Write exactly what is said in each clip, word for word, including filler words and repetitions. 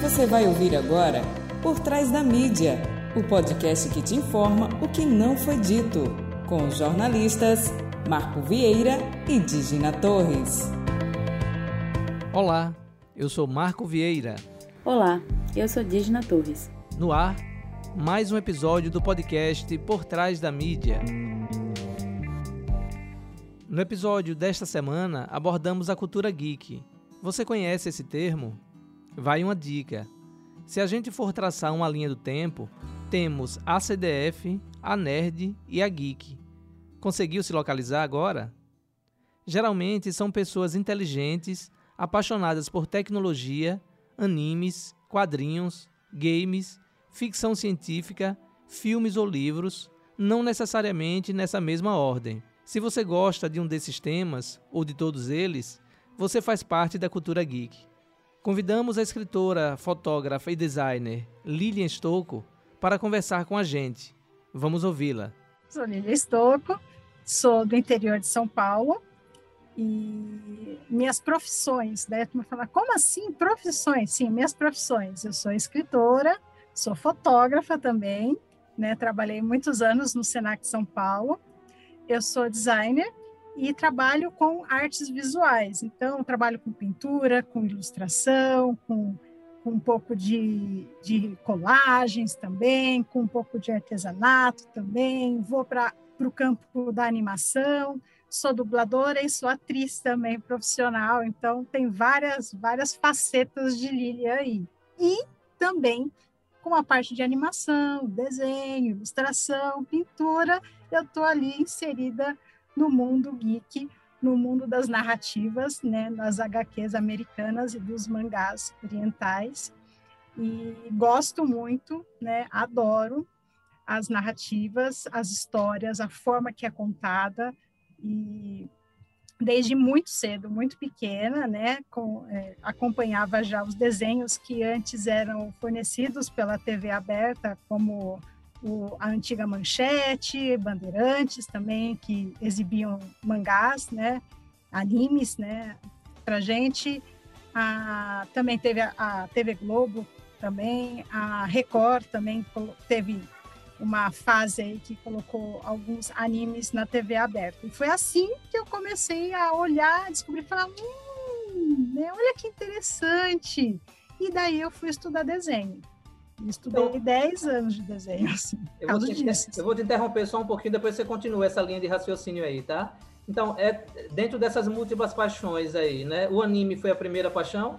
Você vai ouvir agora Por Trás da Mídia, o podcast que te informa o que não foi dito, com os jornalistas Marco Vieira e Digina Torres. Olá, eu sou Marco Vieira. Olá, eu sou Digina Torres. No ar, mais um episódio do podcast Por Trás da Mídia. No episódio desta semana, abordamos a cultura geek. Você conhece esse termo? Vai uma dica. Se a gente for traçar uma linha do tempo, temos a C D F, a nerd e a geek. Conseguiu se localizar agora? Geralmente são pessoas inteligentes, apaixonadas por tecnologia, animes, quadrinhos, games, ficção científica, filmes ou livros, não necessariamente nessa mesma ordem. Se você gosta de um desses temas, ou de todos eles, você faz parte da cultura geek. Convidamos a escritora, fotógrafa e designer Lilian Stocco para conversar com a gente. Vamos ouvi-la. Sou Lilian Stocco, sou do interior de São Paulo e minhas profissões, né? Tu me fala, como assim profissões? Sim, minhas profissões. Eu sou escritora, sou fotógrafa também, né? Trabalhei muitos anos no Senac São Paulo. Eu sou designer e trabalho com artes visuais. Então, trabalho com pintura, com ilustração, com, com um pouco de, de colagens também, com um pouco de artesanato também. Vou para o campo da animação, sou dubladora e sou atriz também profissional. Então, tem várias, várias facetas de Lilian aí. E também com a parte de animação, desenho, ilustração, pintura, eu estou ali inserida no mundo geek, no mundo das narrativas, né, das agá quês americanas e dos mangás orientais. E gosto muito, né, adoro as narrativas, as histórias, a forma que é contada. E desde muito cedo, muito pequena, né, com, é, acompanhava já os desenhos que antes eram fornecidos pela T V aberta, como o, a antiga Manchete, Bandeirantes também, que exibiam mangás, né, animes, né, pra gente. A, também teve a, a T V Globo, também, a Record também teve uma fase aí que colocou alguns animes na T V aberta. E foi assim que eu comecei a olhar, descobrir, falar, hum, né, olha que interessante. E daí eu fui estudar desenho. Estudei então, dez anos de desenho, assim. Eu vou, te, eu vou te interromper só um pouquinho, depois você continua essa linha de raciocínio aí, tá? Então, é, dentro dessas múltiplas paixões aí, né? O anime foi a primeira paixão?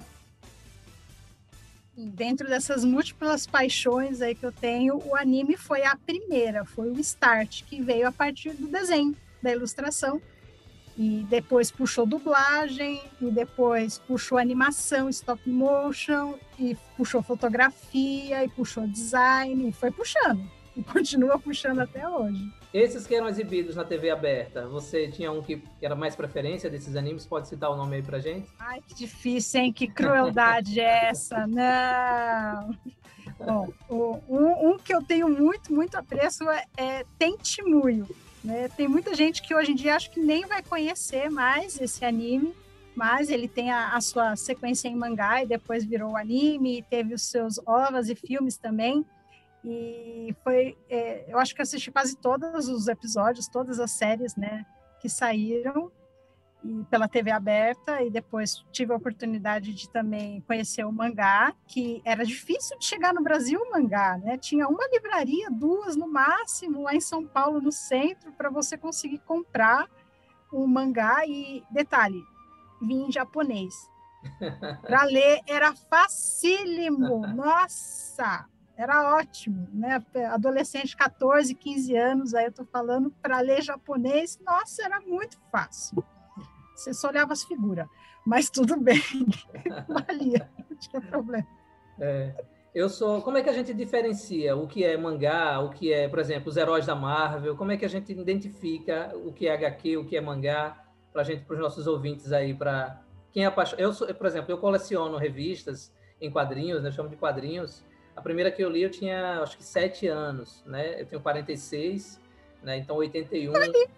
Dentro dessas múltiplas paixões aí que eu tenho, o anime foi a primeira, foi o start, que veio a partir do desenho, da ilustração. E depois puxou dublagem, e depois puxou animação, stop motion, e puxou fotografia, e puxou design, e foi puxando. E continua puxando até hoje. Esses que eram exibidos na T V aberta, você tinha um que era mais preferência desses animes? Pode citar o nome aí pra gente? Ai, que difícil, hein? Que crueldade é essa? Não! Bom, o, um, um que eu tenho muito, muito apreço é, é Tenchimuyo. Né? Tem muita gente que hoje em dia acho que nem vai conhecer mais esse anime, mas ele tem a, a sua sequência em mangá e depois virou anime, e teve os seus ovas e filmes também. E foi, é, eu acho que assisti quase todos os episódios, todas as séries, né, que saíram e pela T V aberta, e depois tive a oportunidade de também conhecer o mangá, que era difícil de chegar no Brasil o mangá, né? Tinha uma livraria, duas no máximo, lá em São Paulo, no centro, para você conseguir comprar um mangá. E, detalhe, vinha em japonês. Para ler era facílimo, nossa! Era ótimo, né? Adolescente de catorze, quinze anos, aí eu tô falando, para ler japonês, nossa, era muito fácil. Você só olhava as figuras, mas tudo bem, valia, não tinha problema. É, eu sou. Como é que a gente diferencia o que é mangá, o que é, por exemplo, os heróis da Marvel? Como é que a gente identifica o que é agá quê, o que é mangá, para gente, para os nossos ouvintes aí, para quem é apaixonado? Eu sou, por exemplo, eu coleciono revistas em quadrinhos, né? Eu chamo de quadrinhos. A primeira que eu li eu tinha, acho que sete anos, né? Eu tenho quarenta e seis, né? Então oitenta e um.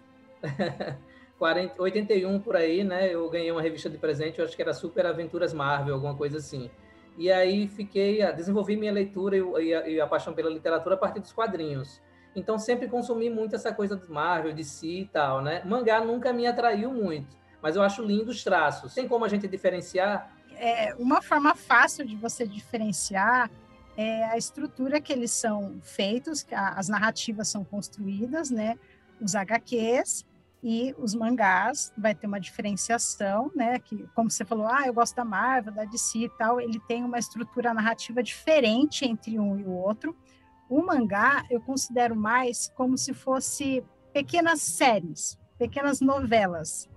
quarenta, oitenta e um por aí, né? Eu ganhei uma revista de presente, eu acho que era Super Aventuras Marvel, alguma coisa assim. E aí fiquei, desenvolvi minha leitura e a, e a paixão pela literatura a partir dos quadrinhos. Então sempre consumi muito essa coisa do Marvel, D C e tal, né? Mangá nunca me atraiu muito, mas eu acho lindo os traços. Tem como a gente diferenciar? É, uma forma fácil de você diferenciar é a estrutura que eles são feitos, que a, as narrativas são construídas, né? Os H Qs e os mangás, vai ter uma diferenciação, né? Que, como você falou, ah, eu gosto da Marvel, da D C e tal, ele tem uma estrutura narrativa diferente entre um e o outro. O mangá eu considero mais como se fosse pequenas séries, pequenas novelas.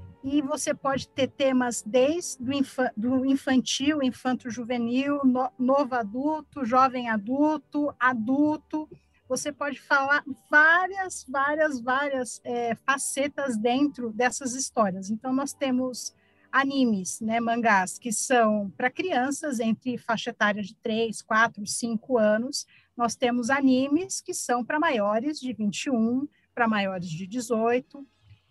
E você pode ter temas desde do, infa, do infantil, infanto-juvenil, no, novo adulto, jovem adulto, adulto. Você pode falar várias, várias, várias é, facetas dentro dessas histórias. Então, nós temos animes, né, mangás, que são para crianças entre faixa etária de três, quatro, cinco anos. Nós temos animes que são para maiores de vinte e um, para maiores de dezoito,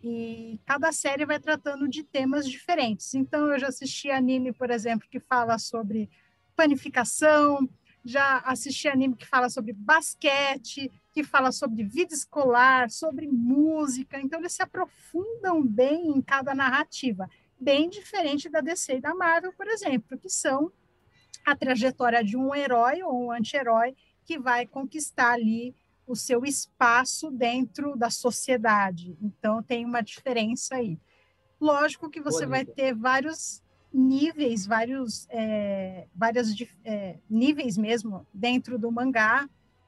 e cada série vai tratando de temas diferentes. Então, eu já assisti anime, por exemplo, que fala sobre panificação, já assisti anime que fala sobre basquete, que fala sobre vida escolar, sobre música. Então, eles se aprofundam bem em cada narrativa, bem diferente da D C e da Marvel, por exemplo, que são a trajetória de um herói ou um anti-herói que vai conquistar ali o seu espaço dentro da sociedade. Então, tem uma diferença aí. Lógico que você vai ter vários níveis, vários é, várias, é, níveis mesmo dentro do mangá.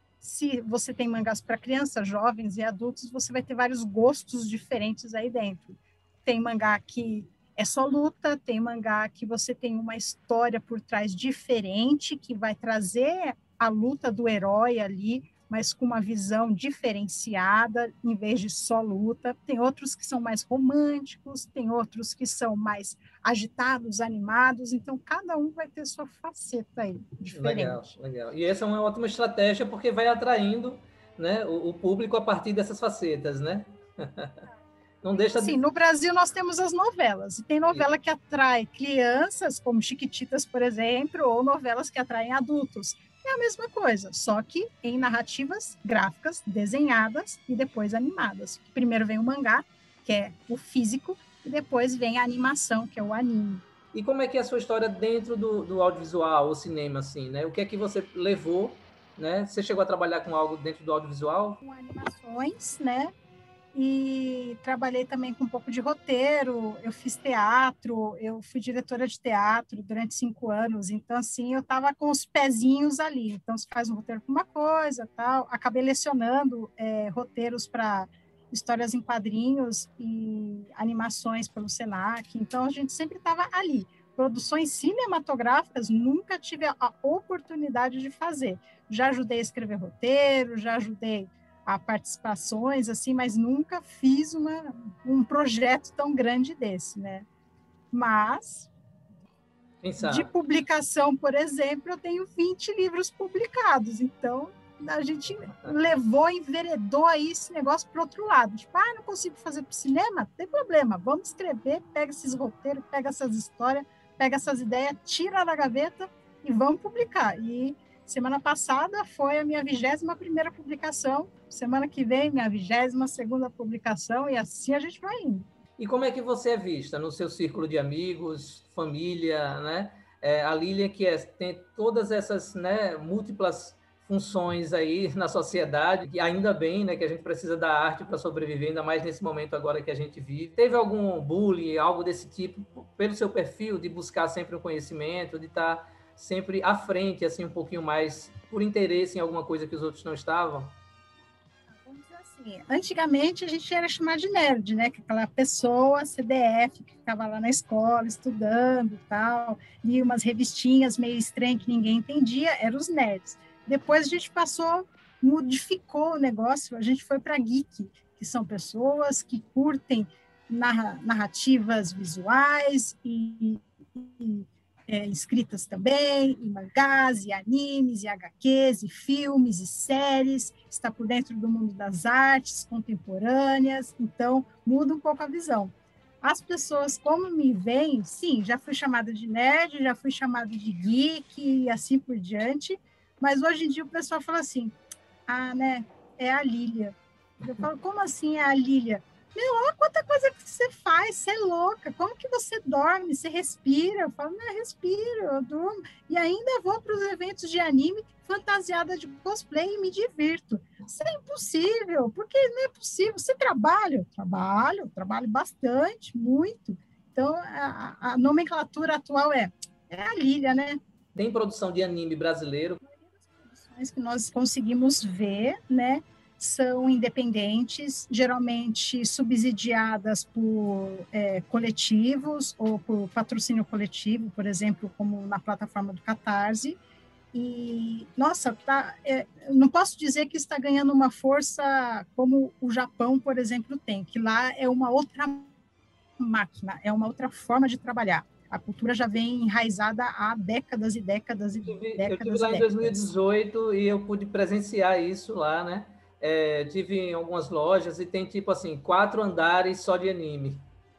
Se você tem mangás para crianças, jovens e adultos, você vai ter vários gostos diferentes aí dentro. Tem mangá que é só luta, tem mangá que você tem uma história por trás diferente, que vai trazer a luta do herói ali, mas com uma visão diferenciada, em vez de só luta. Tem outros que são mais românticos, tem outros que são mais agitados, animados, então cada um vai ter sua faceta aí, diferente. Legal, legal. E essa é uma ótima estratégia, porque vai atraindo, né, o, o público a partir dessas facetas, né? Não deixa Sim, de... no Brasil nós temos as novelas, e tem novela que atrai crianças, como Chiquititas, por exemplo, ou novelas que atraem adultos. É a mesma coisa, só que em narrativas gráficas, desenhadas e depois animadas. Primeiro vem o mangá, que é o físico, e depois vem a animação, que é o anime. E como é que é a sua história dentro do, do audiovisual, ou cinema, assim, né? O que é que você levou, né? Você chegou a trabalhar com algo dentro do audiovisual? Com animações, né? E trabalhei também com um pouco de roteiro, eu fiz teatro, eu fui diretora de teatro durante cinco anos, então, assim, eu estava com os pezinhos ali, então, você faz um roteiro para uma coisa, tal, acabei lecionando é, roteiros para histórias em quadrinhos e animações pelo Senac, então, a gente sempre estava ali. Produções cinematográficas, nunca tive a, a oportunidade de fazer, já ajudei a escrever roteiro, já ajudei a participações, assim, mas nunca fiz uma, um projeto tão grande desse, né? Mas, de publicação, por exemplo, eu tenho vinte livros publicados, então a gente levou, enveredou aí esse negócio para o outro lado. Tipo, ah, não consigo fazer para o cinema? Não tem problema, vamos escrever, pega esses roteiros, pega essas histórias, pega essas ideias, tira da gaveta e vamos publicar. E semana passada foi a minha vigésima primeira publicação, semana que vem minha vigésima segunda publicação, e assim a gente vai indo. E como é que você é vista no seu círculo de amigos, família, né? É, a Lilian, que é, tem todas essas, né, múltiplas funções aí na sociedade, e ainda bem, né, que a gente precisa da arte para sobreviver, ainda mais nesse momento agora que a gente vive. Teve algum bullying, algo desse tipo, pelo seu perfil, de buscar sempre um conhecimento, de estar sempre à frente, assim, um pouquinho mais por interesse em alguma coisa que os outros não estavam? Vamos dizer assim, antigamente a gente era chamado de nerd, né? Que aquela pessoa C D F que ficava lá na escola estudando e tal, lia umas revistinhas meio estranhas que ninguém entendia, eram os nerds. Depois a gente passou, modificou o negócio, a gente foi para geek, que são pessoas que curtem narrativas visuais e, e É, escritas também, e mangás, e animes, e H Qs, e filmes, e séries, está por dentro do mundo das artes contemporâneas, então muda um pouco a visão. as pessoas, como me veem, sim, já fui chamada de nerd, já fui chamada de geek e assim por diante, mas hoje em dia o pessoal fala assim, ah, né, é a Lília. Eu falo, como assim é a Lília? Meu, olha quanta coisa que você faz, você é louca, como que você dorme, você respira? Eu falo, não, eu respiro, eu durmo, e ainda vou para os eventos de anime fantasiada de cosplay e me divirto. Isso é impossível, porque não é possível. Você trabalha? Eu trabalho, trabalho bastante, muito. Então, a, a nomenclatura atual é, é a Lília, né? Tem produção de anime brasileiro? As produções que nós conseguimos ver, né, são independentes, geralmente subsidiadas por é, coletivos ou por patrocínio coletivo, por exemplo, como na plataforma do Catarse. E, nossa, tá, é, não posso dizer que está ganhando uma força como o Japão, por exemplo, tem, que lá é uma outra máquina, é uma outra forma de trabalhar. A cultura já vem enraizada há décadas e décadas e eu tive, décadas. Eu tive lá e em dois mil e dezoito e eu pude presenciar isso lá, né? É, tive em algumas lojas e tem, tipo assim, quatro andares só de anime.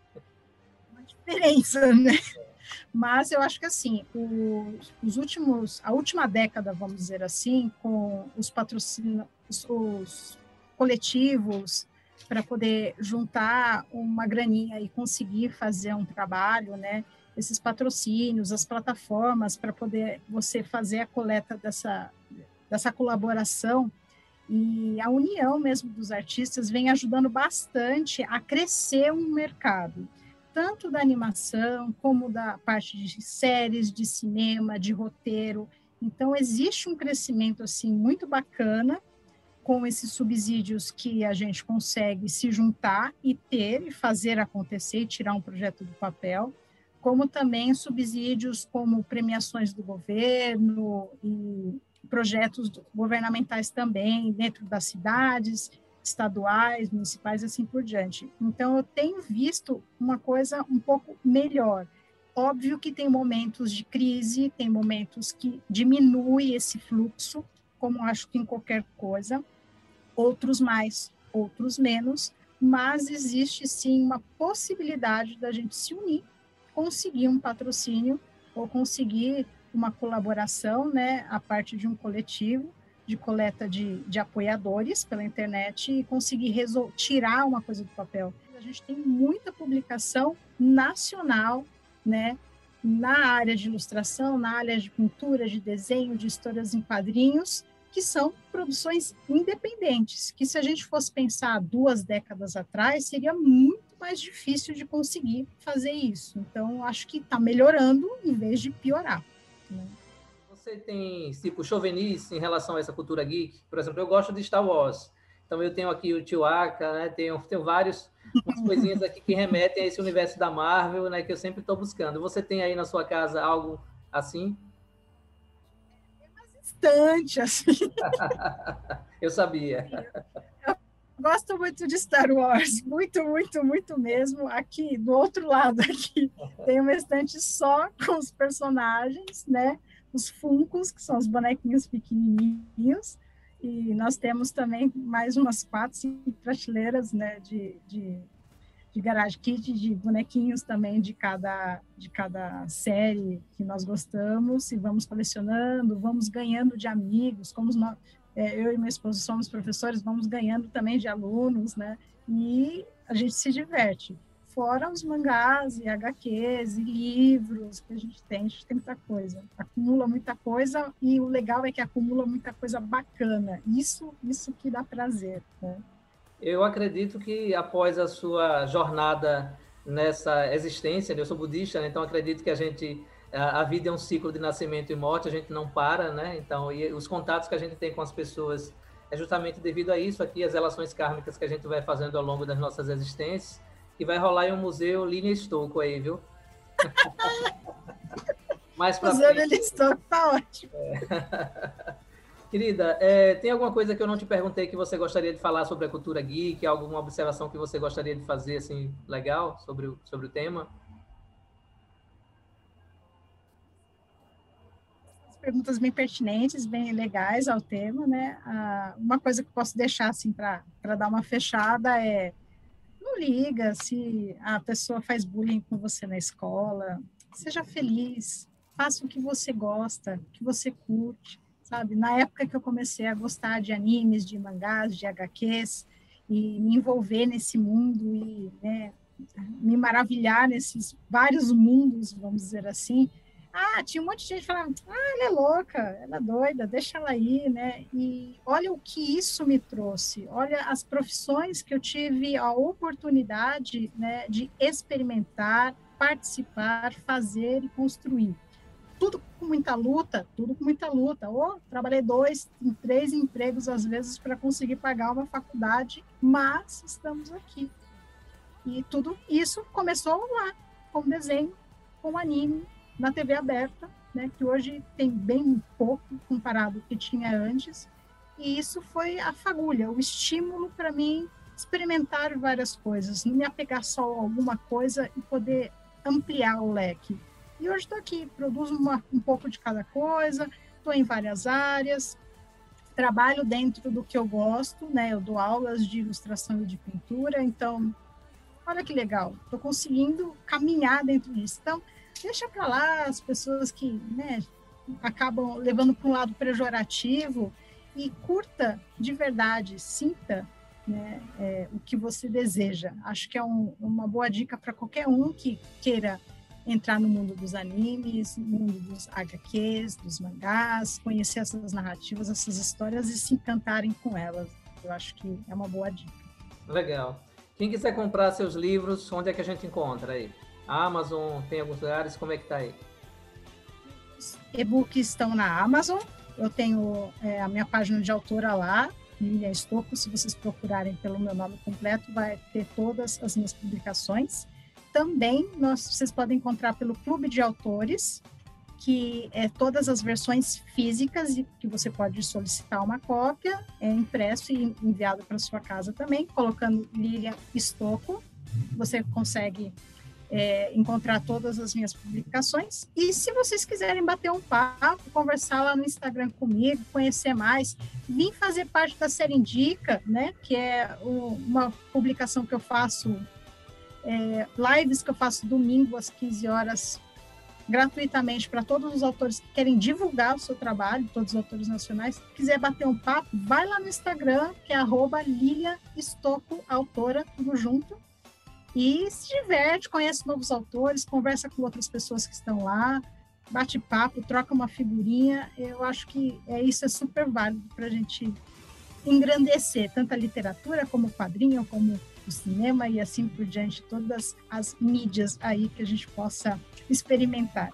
Uma diferença, né? Mas eu acho que, assim, os, os últimos, a última década, vamos dizer assim, com os patrocínios, os coletivos, para poder juntar uma graninha e conseguir fazer um trabalho, né? Esses patrocínios, as plataformas, para poder você fazer a coleta dessa, dessa colaboração, e a união mesmo dos artistas vem ajudando bastante a crescer um mercado, tanto da animação, como da parte de séries, de cinema, de roteiro. Então, existe um crescimento, assim, muito bacana com esses subsídios que a gente consegue se juntar e ter, e fazer acontecer, e tirar um projeto do papel, como também subsídios como premiações do governo e projetos governamentais também, dentro das cidades, estaduais, municipais, assim por diante. Então, eu tenho visto uma coisa um pouco melhor. Óbvio que tem momentos de crise, tem momentos que diminui esse fluxo, como acho que em qualquer coisa, outros mais, outros menos, mas existe sim uma possibilidade da gente se unir, conseguir um patrocínio ou conseguir uma colaboração, né, a parte de um coletivo de coleta de, de apoiadores pela internet e conseguir resol- tirar uma coisa do papel. A gente tem muita publicação nacional, né, na área de ilustração, na área de pintura, de desenho, de histórias em quadrinhos, que são produções independentes, que se a gente fosse pensar duas décadas atrás, seria muito mais difícil de conseguir fazer isso. Então, acho que está melhorando em vez de piorar, né? Você tem, tipo, chauvinice em relação a essa cultura geek? Por exemplo, eu gosto de Star Wars, então eu tenho aqui o Chewbacca, né? Tenho, tenho vários, umas coisinhas aqui que remetem a esse universo da Marvel, né? Que eu sempre estou buscando. Você tem aí na sua casa algo assim? Bastante, assim. Eu sabia. Eu gosto muito de Star Wars, muito, muito, muito mesmo. Aqui, do outro lado, aqui, tem uma estante só com os personagens, né? Os Funkos, que são os bonequinhos pequenininhos, e nós temos também mais umas quatro, cinco prateleiras, né, de, de, de garage kit, de bonequinhos também de cada, de cada série que nós gostamos, e vamos colecionando, vamos ganhando de amigos, como nós, é, eu e meu esposo somos professores, vamos ganhando também de alunos, né, e a gente se diverte. Fora os mangás e agá quês e livros que a gente tem, a gente tem muita coisa, acumula muita coisa, e o legal é que acumula muita coisa bacana, isso, isso que dá prazer, né? Eu acredito que após a sua jornada nessa existência, eu sou budista, né? Então acredito que a gente, a vida é um ciclo de nascimento e morte, a gente não para, né? Então, e os contatos que a gente tem com as pessoas é justamente devido a isso aqui, as relações kármicas que a gente vai fazendo ao longo das nossas existências. Que vai rolar em um museu Linha Estouco aí, viu? Mais pra Museu frente. Linha Estouco tá ótimo. É. Querida, é, tem alguma coisa que eu não te perguntei que você gostaria de falar sobre a cultura geek? Alguma observação que você gostaria de fazer, assim, legal sobre o, sobre o tema? Perguntas bem pertinentes, bem legais ao tema, né? Ah, uma coisa que eu posso deixar, assim, para dar uma fechada é: não liga se a pessoa faz bullying com você na escola, seja feliz, faça o que você gosta, o que você curte, sabe? Na época que eu comecei a gostar de animes, de mangás, de agá quês, e me envolver nesse mundo e, né, me maravilhar nesses vários mundos, vamos dizer assim, ah, tinha um monte de gente falando, ah, ela é louca, ela é doida, deixa ela ir, né? E olha o que isso me trouxe, olha as profissões que eu tive a oportunidade, né, de experimentar, participar, fazer e construir. Tudo com muita luta, tudo com muita luta. Ou trabalhei dois, três empregos, às vezes, para conseguir pagar uma faculdade, mas estamos aqui. E tudo isso começou lá, com desenho, com anime, na tê vê aberta, né, que hoje tem bem pouco comparado ao que tinha antes, e isso foi a fagulha, o estímulo para mim experimentar várias coisas, não me apegar só a alguma coisa e poder ampliar o leque. E hoje estou aqui, produzo uma, um pouco de cada coisa, estou em várias áreas, trabalho dentro do que eu gosto, né, eu dou aulas de ilustração e de pintura, então, olha que legal, estou conseguindo caminhar dentro disso. Então, deixa para lá as pessoas que, né, acabam levando para um lado pejorativo e curta de verdade, sinta, né, é, o que você deseja. Acho que é um, uma boa dica para qualquer um que queira entrar no mundo dos animes, no mundo dos agá quês, dos mangás, conhecer essas narrativas, essas histórias e se encantarem com elas. Eu acho que é uma boa dica. Legal. Quem quiser comprar seus livros, onde é que a gente encontra aí? A Amazon, tem alguns lugares, como é que tá aí? Os e-books estão na Amazon, eu tenho é, a minha página de autora lá, Lilia Stocco, se vocês procurarem pelo meu nome completo, vai ter todas as minhas publicações. Também nós, vocês podem encontrar pelo Clube de Autores, que é todas as versões físicas e que você pode solicitar uma cópia, é impresso e enviado para sua casa também, colocando Lilia Stocco, você consegue É, encontrar todas as minhas publicações. E se vocês quiserem bater um papo, conversar lá no Instagram comigo, conhecer mais, vir fazer parte da série Indica, né, que é o, uma publicação que eu faço, é, lives que eu faço domingo às quinze horas, gratuitamente para todos os autores que querem divulgar o seu trabalho, todos os autores nacionais. Se quiser bater um papo, vai lá no Instagram, que é arroba Lilia Stocco, autora, tudo junto. E se diverte, conhece novos autores, conversa com outras pessoas que estão lá, bate papo, troca uma figurinha. Eu acho que é, isso é super válido para a gente engrandecer tanto a literatura como o quadrinho, como o cinema e assim por diante, todas as mídias aí que a gente possa experimentar.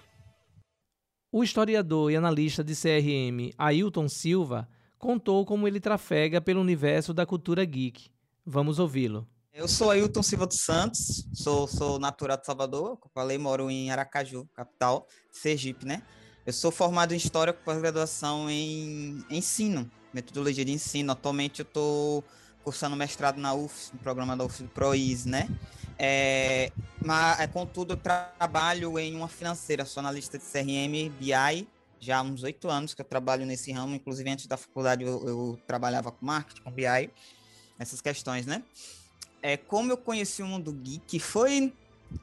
O historiador e analista de C R M, Ailton Silva, contou como ele trafega pelo universo da cultura geek. Vamos ouvi-lo. Eu sou Ailton Silva dos Santos, sou, sou natural de Salvador, como falei, moro em Aracaju, capital, Sergipe, né? Eu sou formado em História com pós-graduação em Ensino, metodologia de ensino. Atualmente eu estou cursando mestrado na U F, no programa da U F ProIS, né? É, mas, contudo, eu trabalho em uma financeira, sou analista de C R M, B I, já há uns oito anos que eu trabalho nesse ramo, inclusive antes da faculdade eu, eu trabalhava com marketing, com B I, essas questões, né? É, como eu conheci o mundo geek, foi...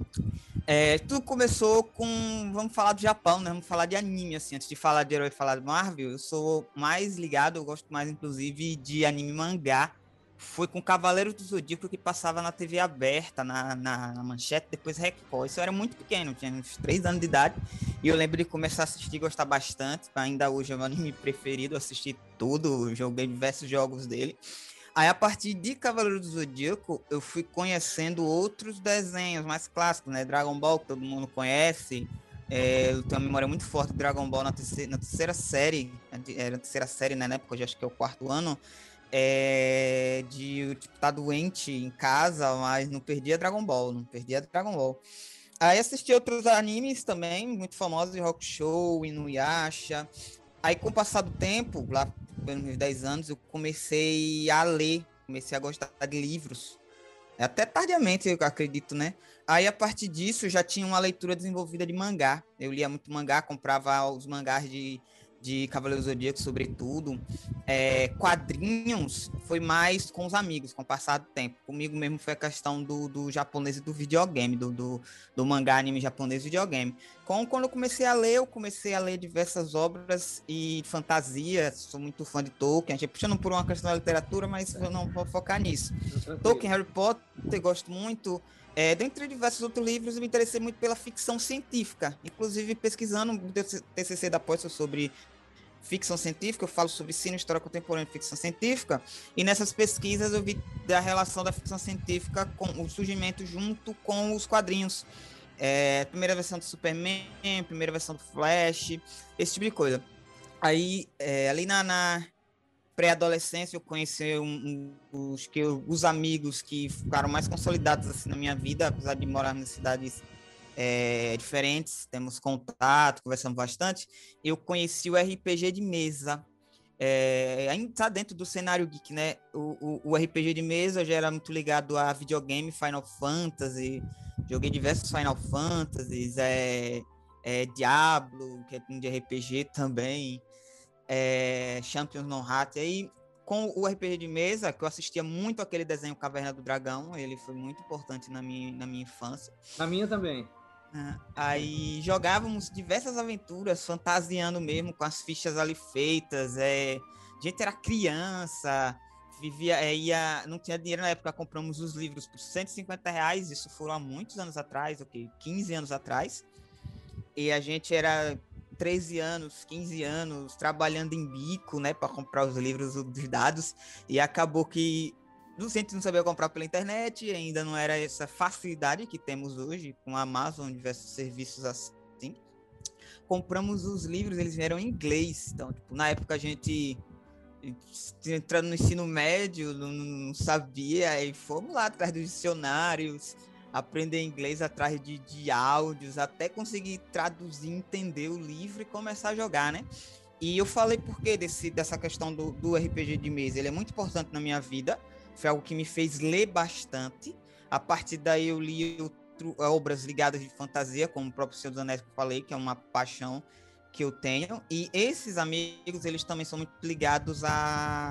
É, tudo começou com... Vamos falar do Japão, né? Vamos falar de anime, assim. Antes de falar de herói e falar de Marvel, eu sou mais ligado, eu gosto mais, inclusive, de anime e mangá. Foi com Cavaleiros do Zodíaco que passava na tê vê aberta, na, na, na Manchete, depois Record. Isso eu era muito pequeno, tinha uns três anos de idade. E eu lembro de começar a assistir e gostar bastante. Ainda hoje é o meu anime preferido, assisti tudo, joguei diversos jogos dele. Aí, a partir de Cavaleiro do Zodíaco, eu fui conhecendo outros desenhos mais clássicos, né? Dragon Ball, que todo mundo conhece. É, eu tenho uma memória muito forte de Dragon Ball na terceira, na terceira série. Era a terceira série, né? Na época, eu acho que é o quarto ano. É, de, tipo, tá doente em casa, mas não perdia Dragon Ball, não perdia Dragon Ball. Aí, assisti outros animes também, muito famosos, de Rokusho, Inuyasha. Aí, com o passar do tempo, lá pelos meus dez anos, eu comecei a ler, comecei a gostar de livros. Até tardiamente, eu acredito, né? Aí, a partir disso, eu já tinha uma leitura desenvolvida de mangá. Eu lia muito mangá, comprava os mangás de, de Cavaleiro do Zodíaco, sobretudo. É, quadrinhos foi mais com os amigos, com o passar do tempo. Comigo mesmo foi a questão do, do japonês e do videogame, do, do, do mangá, anime japonês e videogame. Com, quando eu comecei a ler, eu comecei a ler diversas obras e fantasia. Sou muito fã de Tolkien, a gente puxando por uma questão da literatura, mas eu não vou focar nisso. Tolkien, Harry Potter, gosto muito. É, dentre diversos outros livros, eu me interessei muito pela ficção científica. Inclusive, pesquisando o T C C da pós sobre ficção científica, eu falo sobre ensino, história contemporânea e ficção científica, e nessas pesquisas eu vi da relação da ficção científica com o surgimento junto com os quadrinhos. É, primeira versão do Superman, primeira versão do Flash, esse tipo de coisa. Aí, é, ali na... na pré-adolescência, eu conheci um, um, os, que eu, os amigos que ficaram mais consolidados assim, na minha vida, apesar de morar em cidades é, diferentes, temos contato, conversamos bastante. Eu conheci o R P G de mesa, é, ainda está dentro do cenário geek, né? O, o, o R P G de mesa já era muito ligado a videogame, Final Fantasy, joguei diversos Final Fantasies, é, é, Diablo, que é um de R P G também. É, Champions No Hat, aí com o R P G de mesa, que eu assistia muito aquele desenho Caverna do Dragão, ele foi muito importante na minha, na minha infância. Na minha também. Ah, aí jogávamos diversas aventuras, fantasiando mesmo, com as fichas ali feitas, é, a gente era criança, vivia, é, ia, não tinha dinheiro na época, compramos os livros por cento e cinquenta reais, isso foram há muitos anos atrás, ok, quinze anos atrás, e a gente era treze anos, quinze anos, trabalhando em bico, né, para comprar os livros dos dados, e acabou que a gente não sabia comprar pela internet, ainda não era essa facilidade que temos hoje, com a Amazon, diversos serviços assim. Compramos os livros, eles vieram em inglês, então, tipo, na época a gente entrando no ensino médio, não, não sabia, aí fomos lá atrás dos dicionários, aprender inglês atrás de, de áudios, até conseguir traduzir, entender o livro e começar a jogar, né? E eu falei por quê desse, dessa questão do, do R P G de mesa, ele é muito importante na minha vida, foi algo que me fez ler bastante, a partir daí eu li outro, obras ligadas de fantasia, como o próprio Senhor dos Anéis que eu falei, que é uma paixão que eu tenho, e esses amigos, eles também são muito ligados a,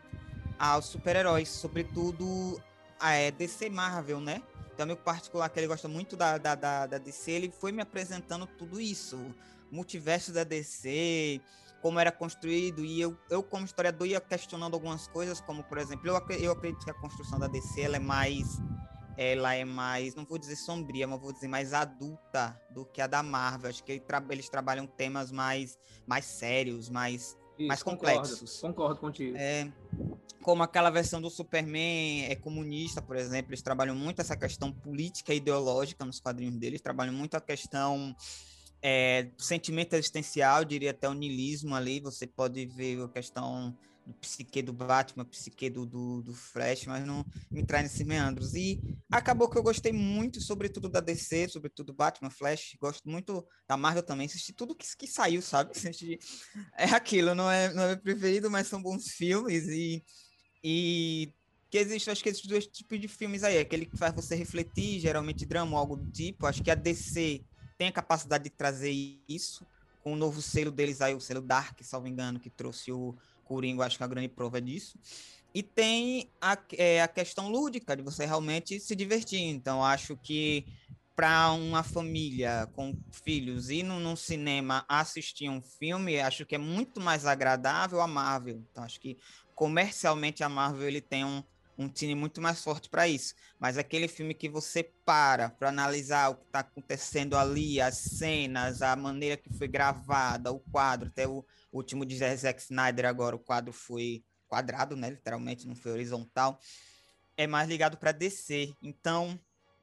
aos super-heróis, sobretudo a é, D C Marvel, né? Tem um amigo particular que ele gosta muito da, da, da, da D C, ele foi me apresentando tudo isso, o multiverso da D C, como era construído, e eu, eu como historiador ia questionando algumas coisas, como, por exemplo, eu, eu acredito que a construção da D C, ela é mais, ela é mais, não vou dizer sombria, mas vou dizer mais adulta do que a da Marvel. Acho que ele tra eles trabalham temas mais, mais sérios, mais, Isso, mais complexos. Concordo, concordo contigo. É, como aquela versão do Superman é comunista, por exemplo, eles trabalham muito essa questão política e ideológica nos quadrinhos deles, trabalham muito a questão é, do sentimento existencial, diria até o niilismo ali, você pode ver a questão do psique do Batman, psique do, do, do Flash, mas não entrar nesses meandros. E acabou que eu gostei muito, sobretudo da D C, sobretudo Batman, Flash, gosto muito da Marvel também, assisti tudo que, que saiu, sabe? Assisti... É aquilo, não é, não é meu preferido, mas são bons filmes e... e... que existe, acho que existem dois tipos de filmes aí, aquele que faz você refletir, geralmente drama ou algo do tipo. Acho que a D C tem a capacidade de trazer isso, com o novo selo deles aí, o selo Dark, salvo engano, que trouxe o Coringa, acho que é a grande prova disso. E tem a, é, a questão lúdica, de você realmente se divertir. Então, acho que para uma família com filhos ir num cinema assistir um filme, acho que é muito mais agradável a Marvel. Então, acho que comercialmente a Marvel ele tem um, um time muito mais forte para isso. Mas aquele filme que você para para analisar o que está acontecendo ali, as cenas, a maneira que foi gravada, o quadro, até o último de Zack Snyder agora, o quadro foi quadrado, né? Literalmente, não foi horizontal. É mais ligado para D C. Então,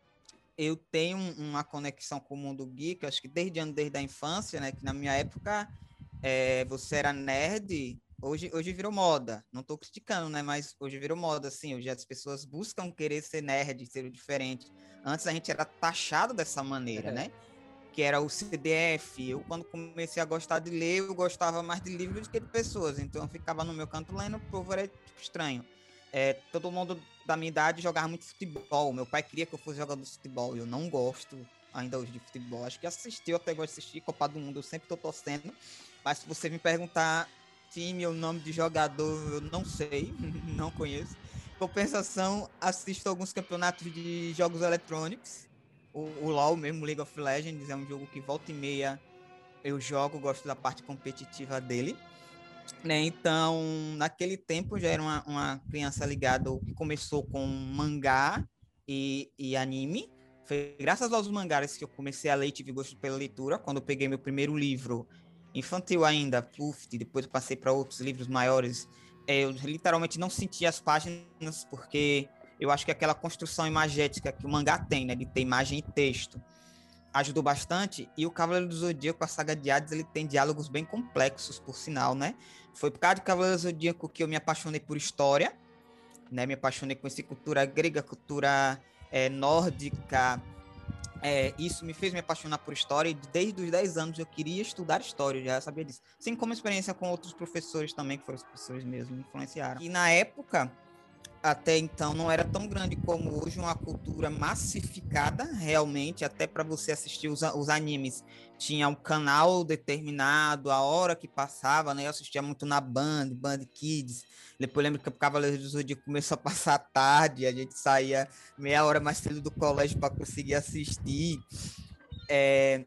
eu tenho uma conexão com o mundo geek, acho que desde, desde a infância, né? Que na minha época, é, você era nerd... Hoje, hoje virou moda, não estou criticando, né? Mas hoje virou moda, assim, hoje as pessoas buscam querer ser nerd, ser diferente. Antes a gente era taxado dessa maneira, é. né? Que era o C D F. Eu, quando comecei a gostar de ler, eu gostava mais de livros do que de pessoas. Então eu ficava no meu canto lendo, o povo era tipo, estranho. É, todo mundo da minha idade jogava muito futebol. Meu pai queria que eu fosse jogador de futebol. Eu não gosto ainda hoje de futebol. Acho que assisti, eu até gosto de assistir Copa do Mundo, eu sempre estou torcendo. Mas se você me perguntar time ou nome de jogador, eu não sei, não conheço. Em compensação, assisto alguns campeonatos de jogos eletrônicos. O, o LoL mesmo, League of Legends, é um jogo que volta e meia eu jogo, gosto da parte competitiva dele. Né? Então, naquele tempo, eu já era uma, uma criança ligada, que começou com mangá e, e anime. Foi graças aos mangás que eu comecei a ler e tive gosto pela leitura. Quando eu peguei meu primeiro livro, infantil ainda, Pluft, depois eu passei para outros livros maiores, é, eu literalmente não sentia as páginas, porque eu acho que aquela construção imagética que o mangá tem, né, de ter imagem e texto, ajudou bastante. E o Cavaleiro do Zodíaco, a saga de Hades, ele tem diálogos bem complexos, por sinal, né? Foi por causa do Cavaleiro do Zodíaco que eu me apaixonei por história, né? Me apaixonei com essa cultura grega, cultura é, nórdica. É, isso me fez me apaixonar por história, e desde os dez anos eu queria estudar história, eu já sabia disso. Assim como experiência com outros professores também, que foram os professores mesmo, me influenciaram. E na época, até então, não era tão grande como hoje, uma cultura massificada, realmente, até para você assistir os, os animes. Tinha um canal determinado, a hora que passava, né? Eu assistia muito na Band, Band Kids. Depois eu lembro que o Cavaleiro do Zodíaco começou a passar tarde, a gente saía meia hora mais cedo do colégio para conseguir assistir. É...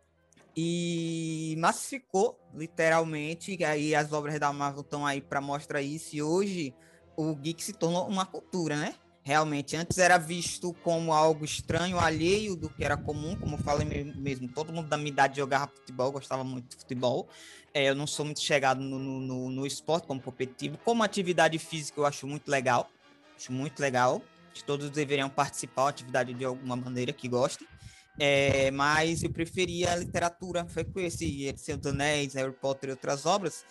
E massificou, literalmente, e aí as obras da Marvel estão aí para mostrar isso, e hoje o geek se tornou uma cultura, né? Realmente, antes era visto como algo estranho, alheio do que era comum, como eu falei mesmo, todo mundo da minha idade jogava futebol, gostava muito de futebol. É, eu não sou muito chegado no, no, no esporte como competitivo. Como atividade física eu acho muito legal, acho muito legal, que todos deveriam participar da atividade de alguma maneira que gostem. É, mas eu preferia a literatura, foi com esse Senhor dos Anéis, Harry Potter e outras obras.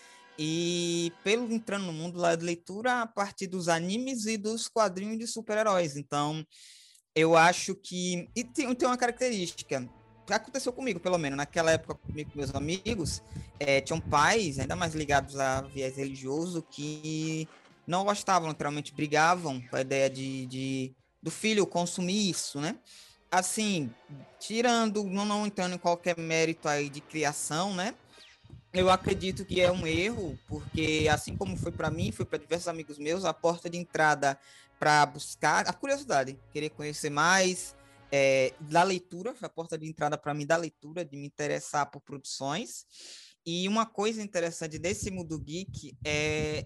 E pelo entrando no mundo lá de leitura a partir dos animes e dos quadrinhos de super-heróis. Então, eu acho que... E tem, tem uma característica, que aconteceu comigo, pelo menos, naquela época comigo com meus amigos, é, tinham pais, ainda mais ligados a viés religioso, que não gostavam, literalmente brigavam com a ideia de, de, do filho consumir isso, né? Assim, tirando, não, não entrando em qualquer mérito aí de criação, né? Eu acredito que é um erro, porque assim como foi para mim, foi para diversos amigos meus, a porta de entrada para buscar a curiosidade, querer conhecer mais, é, da leitura, foi a porta de entrada para mim da leitura, de me interessar por produções. E uma coisa interessante desse mundo geek é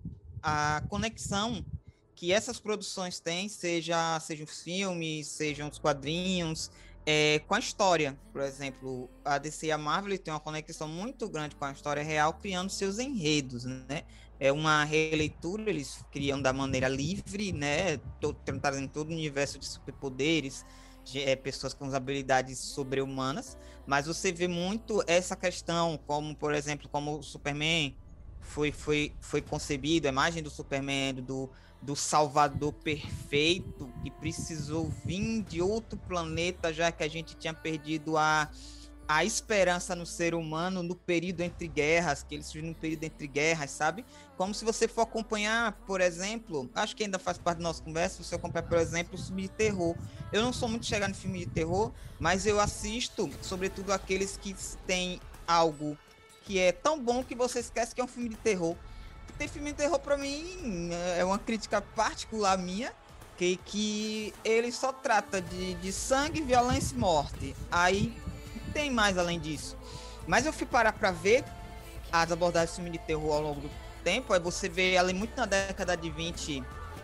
a conexão que essas produções têm, seja, sejam os filmes, sejam os quadrinhos, é, com a história. Por exemplo, a D C e a Marvel tem uma conexão muito grande com a história real, criando seus enredos, né? É uma releitura, eles criam da maneira livre, né? Trazendo todo o universo de superpoderes, de, é, pessoas com habilidades sobre-humanas, mas você vê muito essa questão, como, por exemplo, como o Superman foi, foi, foi concebido, a imagem do Superman, do do Salvador perfeito, que precisou vir de outro planeta, já que a gente tinha perdido a, a esperança no ser humano no período entre guerras, que ele surgiu no período entre guerras, sabe? Como se você for acompanhar, por exemplo, acho que ainda faz parte da nossa conversa, se você acompanhar, por exemplo, o filme de terror. Eu não sou muito chegado em filme de terror, mas eu assisto, sobretudo, aqueles que têm algo que é tão bom que você esquece que é um filme de terror. Tem filme de terror, pra mim, é uma crítica particular minha, que, que ele só trata de, de sangue, violência e morte. Aí tem mais além disso. Mas eu fui parar pra ver as abordagens de filme de terror ao longo do tempo. Aí você vê ali muito na década de vinte,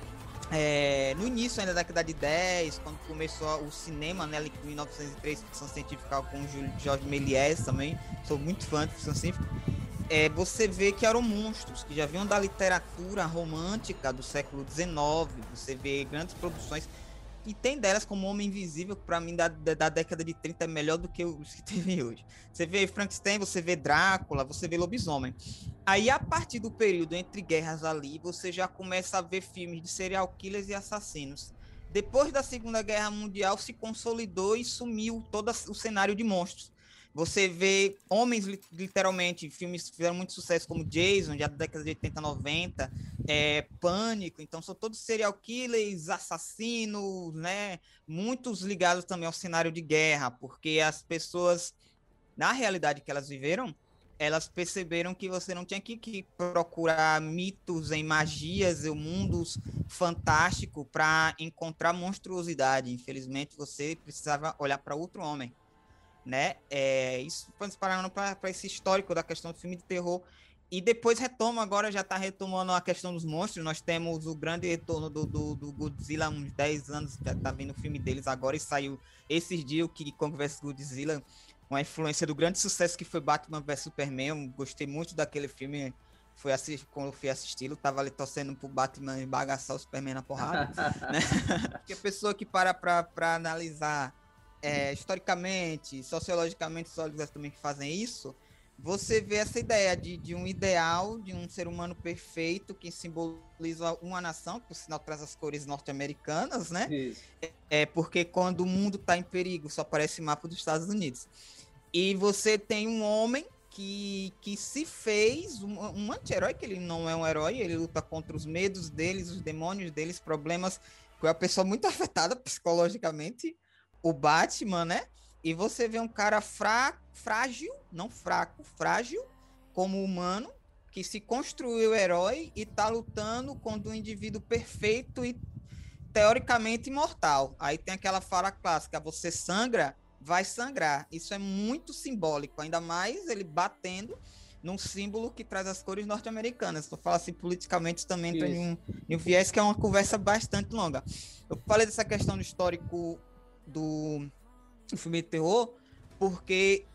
é, no início ainda da década de dez, quando começou o cinema, né, ali em mil novecentos e três, ficção científica com o Jorge Méliès também. Sou muito fã de ficção científica. É, você vê que eram monstros, que já vinham da literatura romântica do século dezenove, você vê grandes produções, e tem delas como Homem Invisível, que para mim da, da década de trinta é melhor do que os que teve hoje. Você vê Frankenstein, você vê Drácula, você vê Lobisomem. Aí a partir do período entre guerras ali, você já começa a ver filmes de serial killers e assassinos. Depois da Segunda Guerra Mundial se consolidou e sumiu todo o cenário de monstros. Você vê homens, literalmente, filmes que fizeram muito sucesso, como Jason, já da década de oitenta, noventa, é, Pânico, então são todos serial killers, assassinos, né? Muitos ligados também ao cenário de guerra, porque as pessoas, na realidade que elas viveram, elas perceberam que você não tinha que, que procurar mitos em magias ou mundos fantásticos para encontrar monstruosidade. Infelizmente, você precisava olhar para outro homem, né? É, isso foi parando para esse histórico da questão do filme de terror. E depois retoma, agora já está retomando a questão dos monstros. Nós temos o grande retorno do, do, do Godzilla há uns dez anos, já está vindo o filme deles agora, e saiu esses dias o King Kong versus Godzilla, uma influência do grande sucesso que foi Batman versus Superman. Eu gostei muito daquele filme. Foi assistir, quando eu fui assistir, eu tava ali torcendo pro Batman bagaçar o Superman na porrada. Né? Porque a pessoa que para pra, pra analisar é, historicamente, sociologicamente, sociólogos também que fazem isso, você vê essa ideia de, de um ideal, de um ser humano perfeito que simboliza uma nação, que por sinal traz as cores norte-americanas, né? Isso. É porque quando o mundo está em perigo, só aparece o mapa dos Estados Unidos. E você tem um homem que, que se fez um, um anti-herói, que ele não é um herói, ele luta contra os medos deles, os demônios deles, problemas, que é uma pessoa muito afetada psicologicamente, o Batman, né? E você vê um cara fra, frágil, não fraco, frágil, como humano, que se construiu herói e tá lutando contra um indivíduo perfeito e teoricamente imortal. Aí tem aquela fala clássica, você sangra, vai sangrar. Isso é muito simbólico, ainda mais ele batendo num símbolo que traz as cores norte-americanas. Se eu falar assim, politicamente também tem um, um viés que é uma conversa bastante longa. Eu falei dessa questão do histórico do... o filme de terror, porque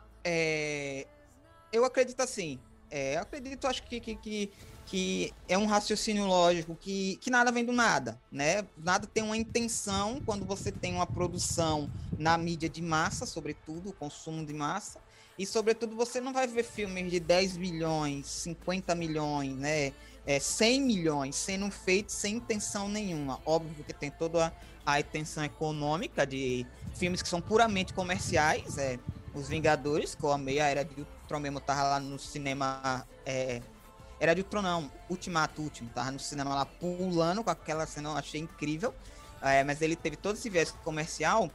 é, eu acredito assim, é, eu acredito, acho que, que, que, que é um raciocínio lógico, que, que nada vem do nada, né? Nada tem uma intenção quando você tem uma produção na mídia de massa, sobretudo, o consumo de massa, e sobretudo você não vai ver filmes de dez milhões, cinquenta milhões, né? É, cem milhões sendo feitos sem intenção nenhuma. Óbvio que tem toda a, a intenção econômica de filmes que são puramente comerciais, é, Os Vingadores, que eu amei, a Era de Ultron mesmo, tava lá no cinema, é, Era de Ultron não, Ultimato Último, tava no cinema lá pulando com aquela cena, eu achei incrível, é, mas ele teve todo esse viés comercial,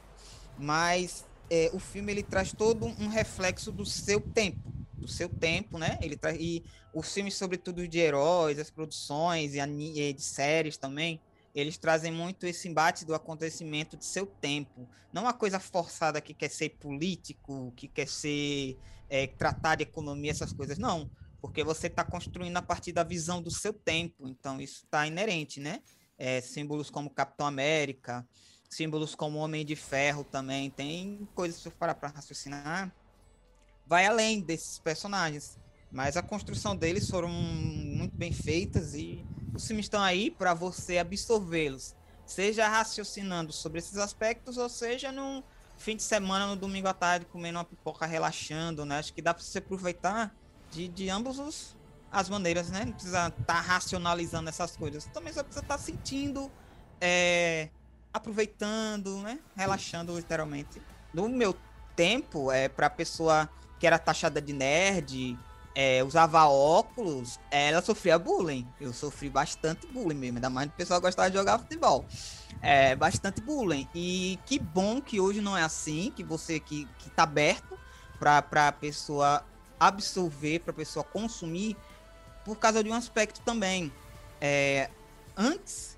mas é, o filme ele traz todo um reflexo do seu tempo, do seu tempo, né, ele traz, e os filmes sobretudo de heróis, as produções e de séries também, eles trazem muito esse embate do acontecimento de seu tempo. Não uma coisa forçada que quer ser político, que quer ser é, tratar de economia, essas coisas. Não, porque você está construindo a partir da visão do seu tempo. Então, isso está inerente, né? É, símbolos como Capitão América, símbolos como Homem de Ferro também. Tem coisas que eu parar para raciocinar. Vai além desses personagens. Mas a construção deles foram muito bem feitas e os filmes estão aí para você absorvê-los, seja raciocinando sobre esses aspectos, ou seja num fim de semana, no domingo à tarde, comendo uma pipoca, relaxando, né? Acho que dá para você aproveitar de, de ambos os, as maneiras, né? Não precisa estar tá racionalizando essas coisas, também só precisa estar tá sentindo, é, aproveitando, né? Relaxando, literalmente. No meu tempo, é, para a pessoa que era taxada de nerd, É, usava óculos, ela sofria bullying. Eu sofri bastante bullying mesmo, ainda mais o pessoal gostava de jogar futebol. É, bastante bullying. E que bom que hoje não é assim, que você que, que tá aberto para a pessoa absorver, para a pessoa consumir, por causa de um aspecto também. É, antes,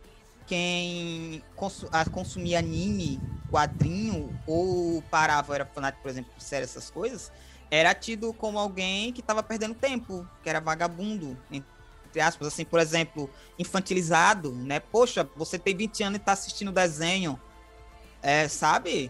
quem consu- a consumia anime, quadrinho, ou parava, era fanático, por exemplo, de série, essas coisas, era tido como alguém que estava perdendo tempo, que era vagabundo, entre aspas, assim, por exemplo, infantilizado, né? Poxa, você tem vinte anos e está assistindo desenho, é, sabe?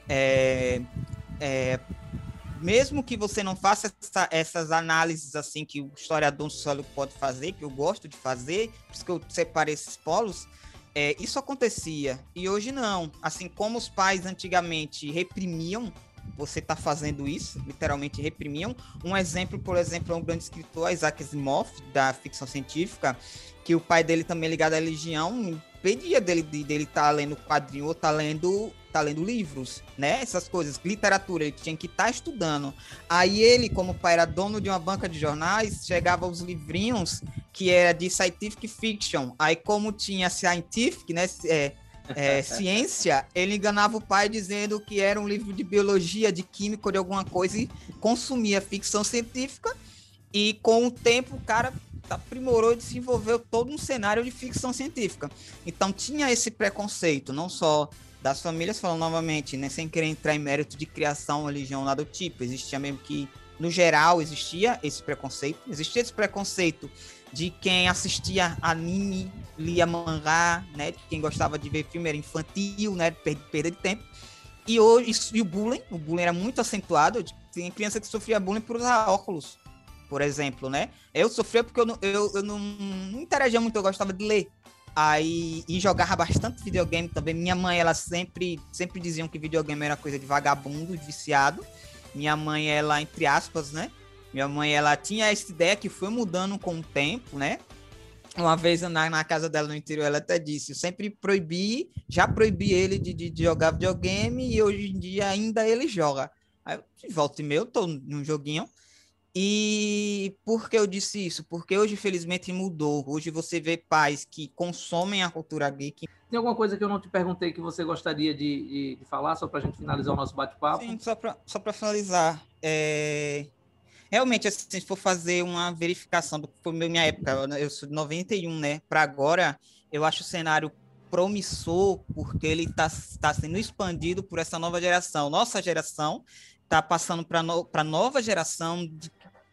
É, é, mesmo que você não faça essa, essas análises assim que o historiador sociólogo pode fazer, que eu gosto de fazer, por isso que eu separei esses polos, é, isso acontecia, e hoje não. Assim como os pais antigamente reprimiam, você está fazendo isso, literalmente reprimiam. Um exemplo, por exemplo, é um grande escritor, Isaac Asimov, da ficção científica, que o pai dele também ligado à religião, impedia dele de dele estar tá lendo quadrinho ou tá lendo, tá lendo livros, né? Essas coisas, literatura, ele tinha que estar tá estudando. Aí ele, como pai era dono de uma banca de jornais, chegava aos livrinhos que era de scientific fiction. Aí como tinha scientific, né? É, é, ciência, ele enganava o pai dizendo que era um livro de biologia, de química, de alguma coisa, e consumia ficção científica, e com o tempo o cara aprimorou e desenvolveu todo um cenário de ficção científica. Então tinha esse preconceito, não só das famílias, falando novamente, né, sem querer entrar em mérito de criação, religião, nada do tipo, existia mesmo que, no geral, existia esse preconceito, existia esse preconceito de quem assistia anime, lia mangá, né, de quem gostava de ver filme, era infantil, né, perda de tempo, e hoje, e o bullying, o bullying era muito acentuado, tinha criança que sofria bullying por usar óculos, por exemplo, né, eu sofria porque eu não, eu, eu não, não interagia muito, eu gostava de ler, aí, e jogava bastante videogame também. Minha mãe, ela sempre, sempre diziam que videogame era coisa de vagabundo, de viciado. Minha mãe, ela, entre aspas, né? Minha mãe, ela tinha essa ideia que foi mudando com o tempo, né? Uma vez na, na casa dela no interior, ela até disse, eu sempre proibi, já proibi ele de, de, de jogar videogame e hoje em dia ainda ele joga. Aí, de volta e meia, eu tô num joguinho. E por que eu disse isso? Porque hoje, infelizmente, mudou. Hoje você vê pais que consomem a cultura geek. Tem alguma coisa que eu não te perguntei que você gostaria de, de, de falar, só para a gente finalizar o nosso bate-papo? Sim, só para só para finalizar. É... Realmente, assim, se for fazer uma verificação do que foi minha época, eu sou de noventa e um, né? Para agora, eu acho o cenário promissor, porque ele está tá sendo expandido por essa nova geração. Nossa geração está passando para no, a nova geração de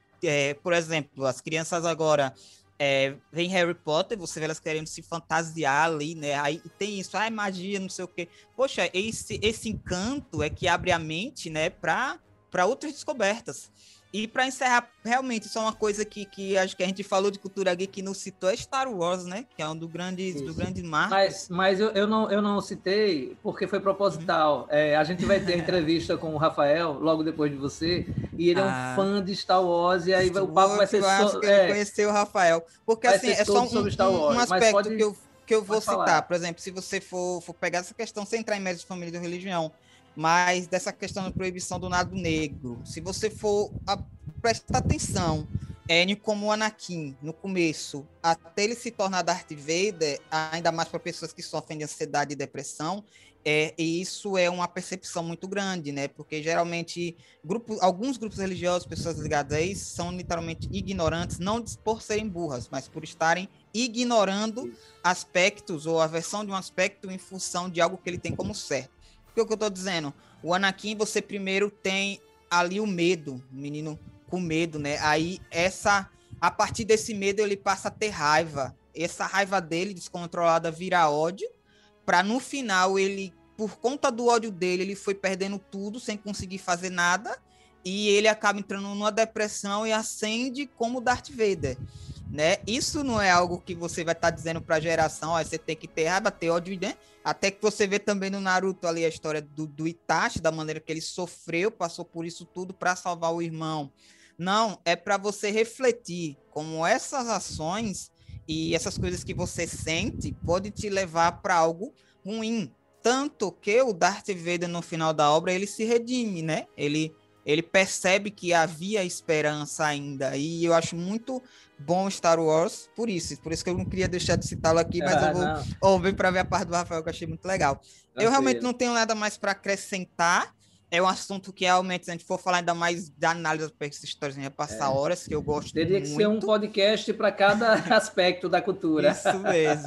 É, por exemplo, as crianças agora é, vem Harry Potter, você vê elas querendo se fantasiar ali, né? Aí tem isso, ah, magia, não sei o quê. Poxa, esse, esse encanto é que abre a mente, né, para para outras descobertas. E para encerrar, realmente, isso é uma coisa que, que acho que a gente falou de cultura geek, não citou, é Star Wars, né? Que é um do grande, do grande marco. Mas, mas eu, eu, não, eu não citei porque foi proposital. É, a gente vai ter entrevista com o Rafael, logo depois de você, e ele é um ah, fã de Star Wars, e aí o papo vai ser... Eu acho so... que ele é, conheceu o Rafael. Porque, assim, é só um, um, um aspecto pode, que eu, que eu vou citar. Falar. Por exemplo, se você for, for pegar essa questão, sem entrar em méritos de família e de religião, mas dessa questão da proibição do nado negro, se você for a, prestar atenção é, como o Anakin, no começo, até ele se tornar Darth Vader, ainda mais para pessoas que sofrem de ansiedade e depressão, é, e isso é uma percepção muito grande, né? Porque geralmente grupo, alguns grupos religiosos, pessoas ligadas a isso, são literalmente ignorantes, não por serem burras, mas por estarem ignorando aspectos ou a versão de um aspecto em função de algo que ele tem como certo. O que eu tô dizendo? O Anakin, você primeiro tem ali o medo, o menino com medo, né? Aí, essa, a partir desse medo, ele passa a ter raiva. Essa raiva dele, descontrolada, vira ódio, para no final, ele, por conta do ódio dele, ele foi perdendo tudo, sem conseguir fazer nada, e ele acaba entrando numa depressão e acende como Darth Vader. Né? Isso não é algo que você vai estar tá dizendo para a geração, ó, você tem que ter raiva, ter ódio, né? Até que você vê também no Naruto ali a história do, do Itachi, da maneira que ele sofreu, passou por isso tudo para salvar o irmão. Não, é para você refletir como essas ações e essas coisas que você sente podem te levar para algo ruim. Tanto que o Darth Vader, no final da obra, ele se redime, né? Ele... Ele percebe que havia esperança ainda. E eu acho muito bom Star Wars por isso. Por isso que eu não queria deixar de citá-lo aqui, mas ah, eu vou ouvir para ver a parte do Rafael, que eu achei muito legal. Não eu realmente sei. Não tenho nada mais para acrescentar. É um assunto que realmente, se a gente for falar ainda mais da análise para essas histórias, a gente vai passar é. horas, que eu gosto Teria muito. Teria que ser um podcast para cada aspecto da cultura. Isso mesmo.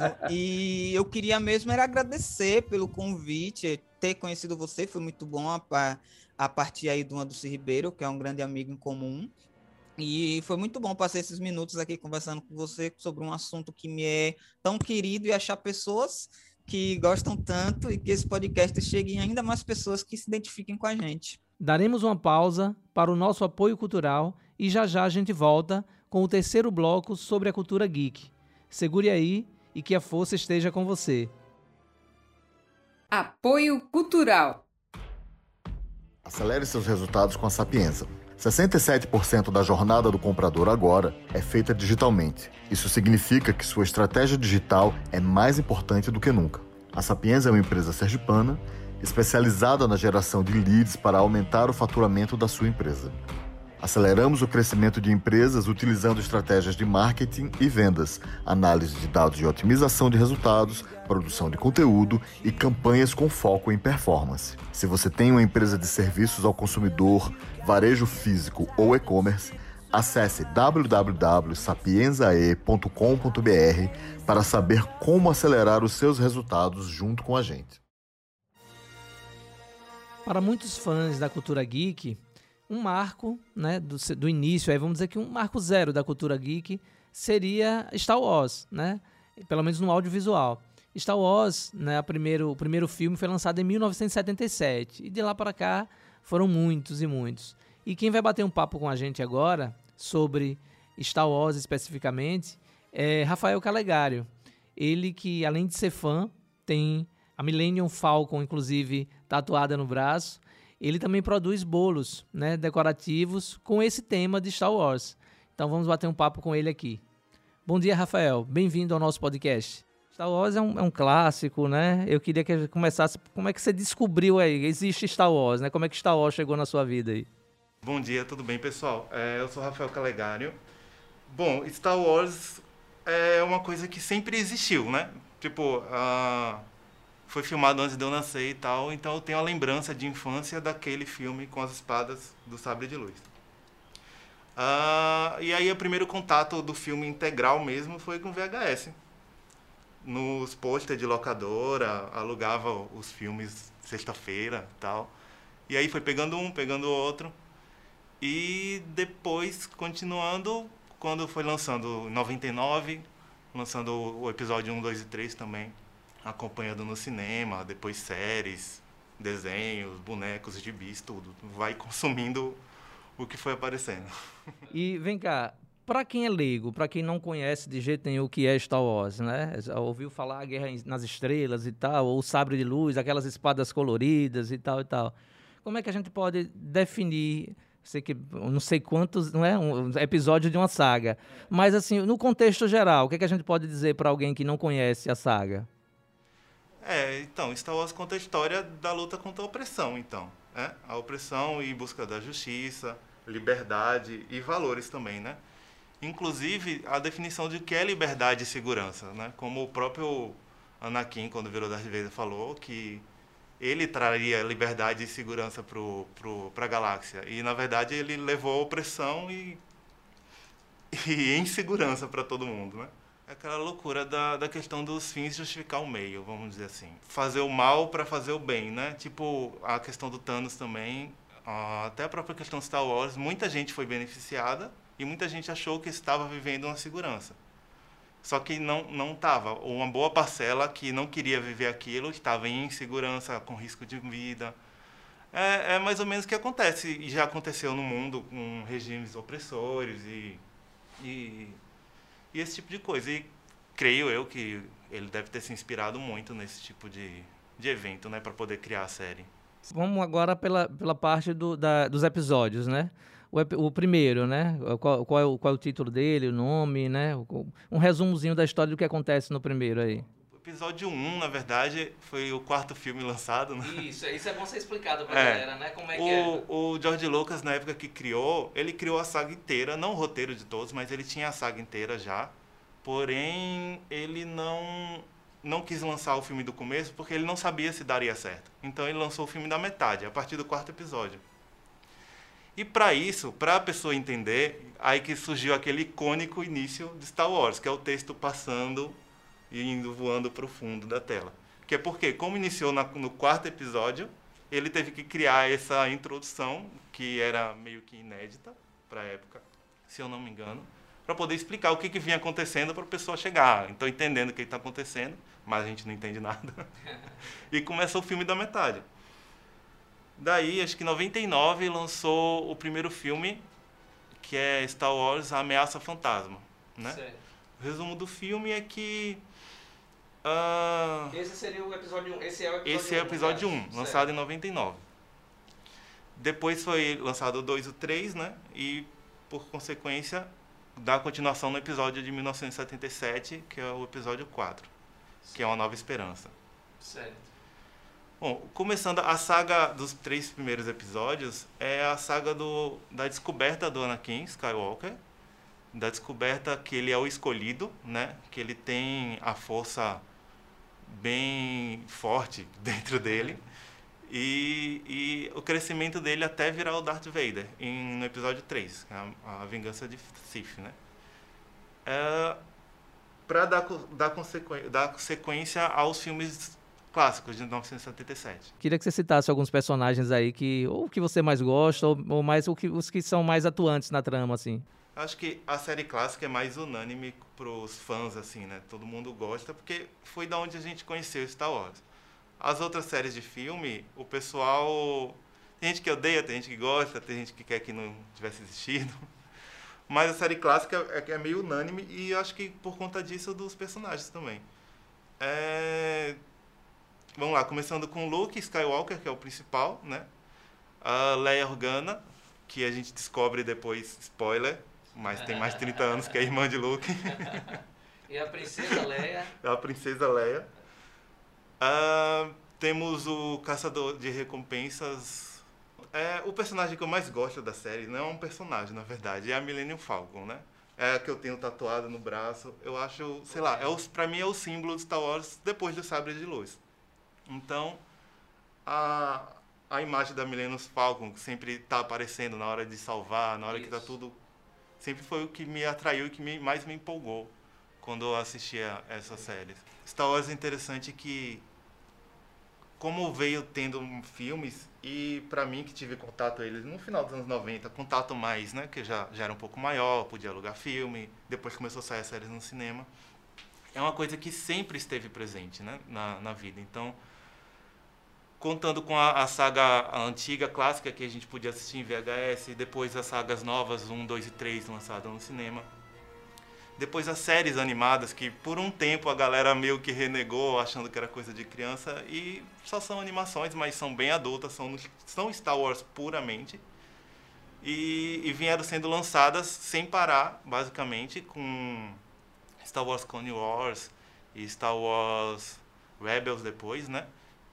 E eu queria mesmo era agradecer pelo convite, ter conhecido você, foi muito bom a, a partir aí do Anderson Ribeiro, que é um grande amigo em comum. E foi muito bom passar esses minutos aqui conversando com você sobre um assunto que me é tão querido e achar pessoas que gostam tanto e que esse podcast chegue em ainda mais pessoas que se identifiquem com a gente. Daremos uma pausa para o nosso apoio cultural e já já a gente volta com o terceiro bloco sobre a cultura geek. Segure aí e que a força esteja com você. Apoio cultural. Acelere seus resultados com a Sapienza. sessenta e sete por cento da jornada do comprador agora é feita digitalmente. Isso significa que sua estratégia digital é mais importante do que nunca. A Sapienza é uma empresa sergipana especializada na geração de leads para aumentar o faturamento da sua empresa. Aceleramos o crescimento de empresas utilizando estratégias de marketing e vendas, análise de dados e otimização de resultados, produção de conteúdo e campanhas com foco em performance. Se você tem uma empresa de serviços ao consumidor, varejo físico ou e-commerce, acesse w w w ponto sapienzae ponto com ponto b r para saber como acelerar os seus resultados junto com a gente. Para muitos fãs da cultura geek, um marco, né, do, do início, aí vamos dizer que um marco zero da cultura geek seria Star Wars, né? Pelo menos no audiovisual. Star Wars, né, a primeiro, o primeiro filme foi lançado em mil novecentos e setenta e sete, e de lá para cá foram muitos e muitos. E quem vai bater um papo com a gente agora sobre Star Wars especificamente é Rafael Calegário. Ele que, além de ser fã, tem a Millennium Falcon, inclusive, tatuada no braço. Ele também produz bolos, né, decorativos com esse tema de Star Wars. Então vamos bater um papo com ele aqui. Bom dia, Rafael. Bem-vindo ao nosso podcast. Star Wars é um, é um clássico, né? Eu queria que a gente começasse... Como é que você descobriu aí? Existe Star Wars, né? Como é que Star Wars chegou na sua vida aí? Bom dia, tudo bem, pessoal? É, eu sou Rafael Calegário. Bom, Star Wars é uma coisa que sempre existiu, né? Tipo... Uh... Foi filmado antes de eu nascer e tal, então eu tenho a lembrança de infância daquele filme com as espadas do Sabre de Luz. Uh, e aí o primeiro contato do filme integral mesmo foi com V H S. Nos pôster de locadora, alugava os filmes sexta-feira e tal. E aí foi pegando um, pegando outro. E depois, continuando, quando foi lançando em noventa e nove, lançando o episódio um, dois e três também. Acompanhando no cinema, depois séries, desenhos, bonecos, gibis, tudo. Vai consumindo o que foi aparecendo. E vem cá, para quem é leigo, para quem não conhece de jeito nenhum o que é Star Wars, né? Já ouviu falar a Guerra nas Estrelas e tal, ou o Sabre de Luz, aquelas espadas coloridas e tal e tal. Como é que a gente pode definir, sei que não sei quantos, não é, um episódio de uma saga, mas assim, no contexto geral, o que é que a gente pode dizer para alguém que não conhece a saga? É, então, Star Wars conta a história da luta contra a opressão, então. Né? A opressão e busca da justiça, liberdade e valores também, né? Inclusive, a definição de o que é liberdade e segurança, né? Como o próprio Anakin, quando virou Darth Vader, falou, que ele traria liberdade e segurança para a galáxia. E, na verdade, ele levou a opressão e, e insegurança para todo mundo, né? É aquela loucura da, da questão dos fins justificar o meio, vamos dizer assim. Fazer o mal para fazer o bem, né? Tipo, a questão do Thanos também, uh, até a própria questão de Star Wars, muita gente foi beneficiada e muita gente achou que estava vivendo uma segurança. Só que não não estava. Uma boa parcela que não queria viver aquilo, estava em insegurança, com risco de vida. É, é mais ou menos o que acontece, e já aconteceu no mundo com regimes opressores e... e E esse tipo de coisa. E creio eu que ele deve ter se inspirado muito nesse tipo de, de evento, né? Para poder criar a série. Vamos agora pela, pela parte do, da, dos episódios, né? O, o primeiro, né? Qual, qual, é o, qual é o título dele, o nome, né? Um resumozinho da história do que acontece no primeiro aí. O episódio um, na verdade, foi o quarto filme lançado, né? Isso, isso é bom ser explicado pra é. galera, né? Como é que o, é. O George Lucas, na época que criou, ele criou a saga inteira, não o roteiro de todos, mas ele tinha a saga inteira já. Porém, ele não, não quis lançar o filme do começo porque ele não sabia se daria certo. Então, ele lançou o filme da metade, a partir do quarto episódio. E para isso, para a pessoa entender, aí que surgiu aquele icônico início de Star Wars, que é o texto passando e indo voando para o fundo da tela. Que é porque, como iniciou na, no quarto episódio, ele teve que criar essa introdução, que era meio que inédita para a época, se eu não me engano, para poder explicar o que, que vinha acontecendo para a pessoa chegar. Então, entendendo o que está acontecendo, mas a gente não entende nada. E começou o filme da metade. Daí, acho que em noventa e nove, lançou o primeiro filme, que é Star Wars, A Ameaça Fantasma. Né? Certo. O resumo do filme é que... Uh, esse seria o episódio um. Esse é o episódio esse é o episódio um, um, lançado em noventa e nove. Depois foi lançado o dois e o três, né? E, por consequência, dá continuação no episódio de mil novecentos e setenta e sete, que é o episódio quatro, que é Uma Nova Esperança. Certo. Bom, começando a saga dos três primeiros episódios, é a saga do, da descoberta do Anakin Skywalker, da descoberta que ele é o escolhido, né? Que ele tem a força bem forte dentro dele, e, e o crescimento dele até virar o Darth Vader, em, no episódio três, a, a Vingança de Sith, né? É, para dar, dar, consequ, dar sequência aos filmes clássicos de mil novecentos e setenta e sete. Queria que você citasse alguns personagens aí que ou que você mais gosta ou, ou mais o que, os que são mais atuantes na trama, assim. Acho que a série clássica é mais unânime pros fãs, assim, né? Todo mundo gosta, porque foi da onde a gente conheceu Star Wars. As outras séries de filme, o pessoal... Tem gente que odeia, tem gente que gosta, tem gente que quer que não tivesse existido. Mas a série clássica é, é meio unânime e acho que por conta disso dos personagens também. É... Vamos lá, começando com Luke Skywalker, que é o principal, né? A Leia Organa, que a gente descobre depois, spoiler, mas tem mais de trinta anos, que é a irmã de Luke. E a Princesa Leia? A Princesa Leia. Uh, temos o Caçador de Recompensas. É, o personagem que eu mais gosto da série não é um personagem, na verdade, é a Millennium Falcon, né? É a que eu tenho tatuado no braço. Eu acho, sei lá, é o, pra mim é o símbolo de Star Wars depois do Sabre de Luz. Então, a, a imagem da Millennium Falcon, que sempre está aparecendo na hora de salvar, na hora Isso. que está tudo... Sempre foi o que me atraiu e que me, mais me empolgou quando eu assistia essas séries. Star Wars é interessante que, como veio tendo filmes, e para mim que tive contato com eles no final dos anos noventa, contato mais, né, que já, já era um pouco maior, podia alugar filme, depois começou a sair as séries no cinema, é uma coisa que sempre esteve presente, né, na, na vida. Então, contando com a, a saga a antiga, clássica, que a gente podia assistir em V H S, depois as sagas novas, um, dois e três, lançadas no cinema. Depois as séries animadas, que por um tempo a galera meio que renegou, achando que era coisa de criança, e só são animações, mas são bem adultas, são, são Star Wars puramente. E, e vieram sendo lançadas sem parar, basicamente, com Star Wars Clone Wars e Star Wars Rebels depois, né?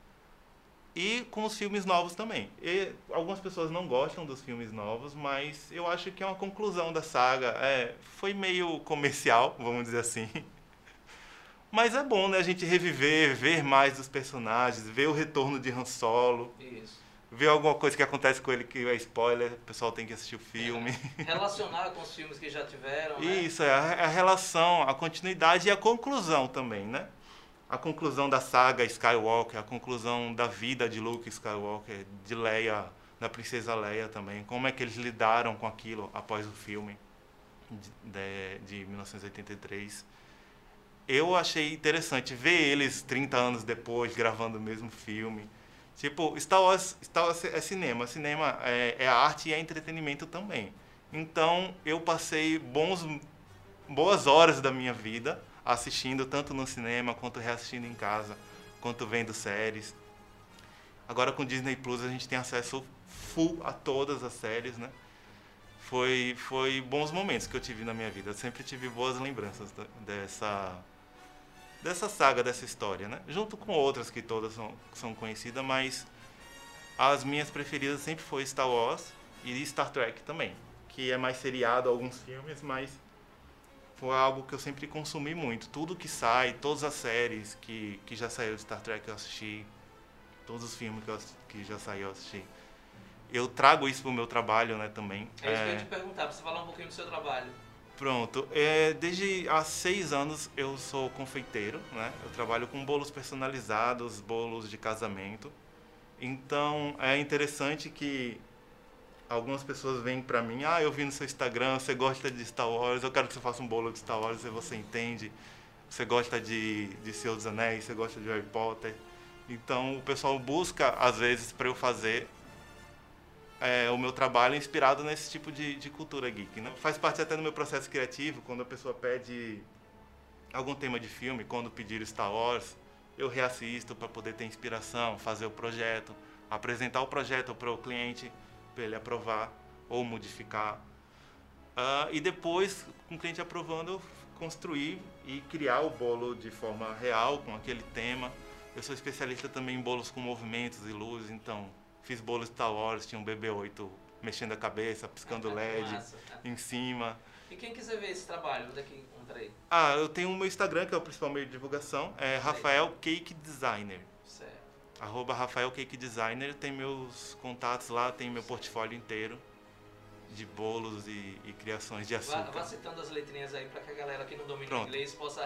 E com os filmes novos também. E algumas pessoas não gostam dos filmes novos, mas eu acho que é uma conclusão da saga. É, foi meio comercial, vamos dizer assim. Mas é bom, né, a gente reviver, ver mais dos personagens, ver o retorno de Han Solo. Isso. Ver alguma coisa que acontece com ele que é spoiler, o pessoal tem que assistir o filme. É, relacionar com os filmes que já tiveram, né? Isso, é a, a relação, a continuidade e a conclusão também, né? A conclusão da saga Skywalker, a conclusão da vida de Luke Skywalker, de Leia, da Princesa Leia também. Como é que eles lidaram com aquilo após o filme de, de mil novecentos e oitenta e três. Eu achei interessante ver eles trinta anos depois gravando o mesmo filme. Tipo, Star Wars, Star Wars é cinema, cinema é, é arte e é entretenimento também. Então, eu passei bons, boas horas da minha vida assistindo tanto no cinema, quanto reassistindo em casa, quanto vendo séries. Agora com Disney Plus a gente tem acesso full a todas as séries, né? Foi, foi bons momentos que eu tive na minha vida. Eu sempre tive boas lembranças dessa, dessa saga, dessa história, né? Junto com outras que todas são, são conhecidas, mas as minhas preferidas sempre foi Star Wars e Star Trek também, que é mais seriado, alguns filmes, mas foi algo que eu sempre consumi muito. Tudo que sai, todas as séries que, que já saiu de Star Trek eu assisti, todos os filmes que, eu, que já saiu eu assisti. Eu trago isso para o meu trabalho, né, também. É isso que eu ia te perguntar, para você falar um pouquinho do seu trabalho. Pronto. É, desde há seis anos eu sou confeiteiro, né? Eu trabalho com bolos personalizados, bolos de casamento. Então, é interessante que algumas pessoas vêm para mim, ah, eu vi no seu Instagram, você gosta de Star Wars, eu quero que você faça um bolo de Star Wars, e você entende. Você gosta de, de Senhor dos Anéis, você gosta de Harry Potter. Então, o pessoal busca, às vezes, para eu fazer é, o meu trabalho inspirado nesse tipo de, de cultura geek, né? Faz parte até do meu processo criativo, quando a pessoa pede algum tema de filme, quando pedir Star Wars, eu reassisto para poder ter inspiração, fazer o projeto, apresentar o projeto para o cliente, para ele aprovar ou modificar. Uh, e depois, com o cliente aprovando, construir e criar o bolo de forma real, com aquele tema, Eu sou especialista também em bolos com movimentos e luzes, então fiz bolos Star Wars, tinha um B B oito mexendo a cabeça, piscando L E D Massa. Em cima. E quem quiser ver esse trabalho, onde é que encontra aí? Ah, eu tenho o meu Instagram, que é o principal meio de divulgação, é Rafael Cake Designer. Certo. Arroba Rafael Cake Designer, tem meus contatos lá, tem meu portfólio inteiro de bolos e, e criações de açúcar. Vá, vá citando as letrinhas aí para que a galera que não domina Pronto. inglês possa...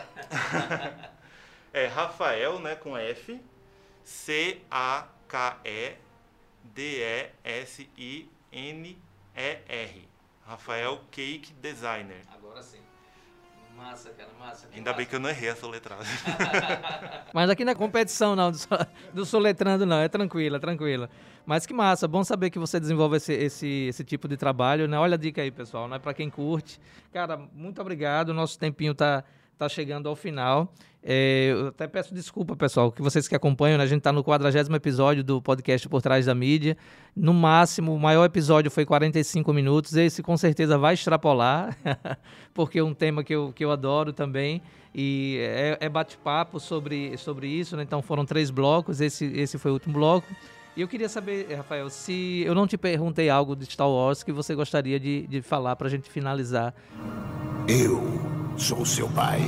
É Rafael, né, com F, C A K E D E S I N E R. Rafael Cake Designer. Agora sim. Massa, cara, massa. Ainda massa. bem que eu não errei essa letrada. Mas aqui não é competição, não, do, do soletrando, não. É tranquila, tranquila. Mas que massa, bom saber que você desenvolve esse, esse, esse tipo de trabalho, né? Olha a dica aí, pessoal, né? Para quem curte. Cara, muito obrigado. O nosso tempinho tá, tá chegando ao final. É, eu até peço desculpa, pessoal, que vocês que acompanham, né? A gente está no quadragésimo episódio do podcast Por Trás da Mídia. No máximo, o maior episódio foi quarenta e cinco minutos. Esse com certeza vai extrapolar, porque é um tema que eu, que eu adoro também. E é, é bate-papo sobre, sobre isso, né? Então foram três blocos, esse, esse foi o último bloco. E eu queria saber, Rafael, se eu não te perguntei algo de Star Wars que você gostaria de, de falar para a gente finalizar. Eu sou seu pai.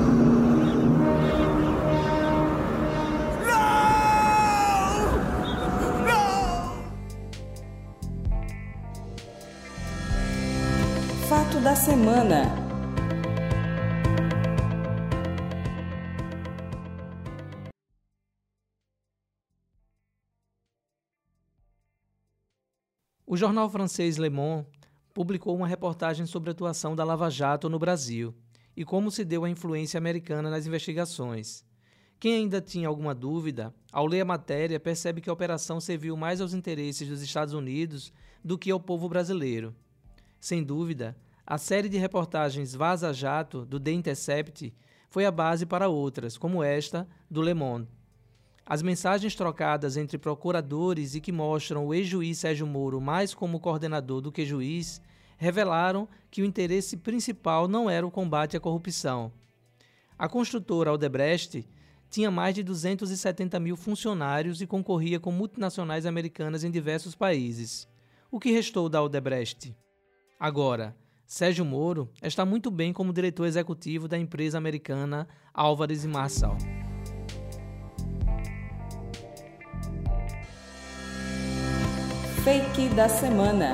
Fato da semana. O jornal francês Le Monde publicou uma reportagem sobre a atuação da Lava Jato no Brasil e como se deu a influência americana nas investigações. Quem ainda tinha alguma dúvida, ao ler a matéria, percebe que a operação serviu mais aos interesses dos Estados Unidos do que ao povo brasileiro. Sem dúvida, a série de reportagens Vaza Jato, do The Intercept, foi a base para outras, como esta, do Le Monde. As mensagens trocadas entre procuradores e que mostram o ex-juiz Sérgio Moro mais como coordenador do que juiz, revelaram que o interesse principal não era o combate à corrupção. A construtora Odebrecht tinha mais de duzentos e setenta mil funcionários e concorria com multinacionais americanas em diversos países. O que restou da Odebrecht? Agora, Sérgio Moro está muito bem como diretor executivo da empresa americana Álvares e Marçal. Fake da semana.